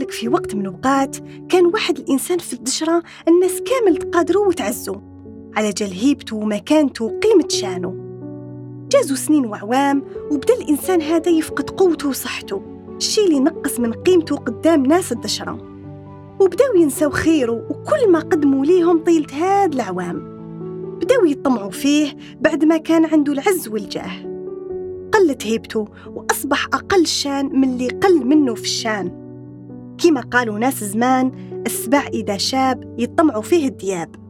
لك في وقت من الأوقات كان واحد الإنسان في الدشرة الناس كامل تقادروا وتعزوا على جال هيبته ومكانته وقيمة شانه. جازوا سنين وعوام وبدأ الإنسان هذا يفقد قوته وصحته، الشيء اللي نقص من قيمته قدام ناس الدشرة، وبدأوا ينسوا خيره وكل ما قدموا ليهم طيلة هاد الأعوام. بدأوا يطمعوا فيه بعد ما كان عنده العز والجاه. قلت هيبته وأصبح أقل شان من اللي قل منه في الشان. كما قالوا ناس زمان: السبع إذا شاب يطمعوا فيه الدياب.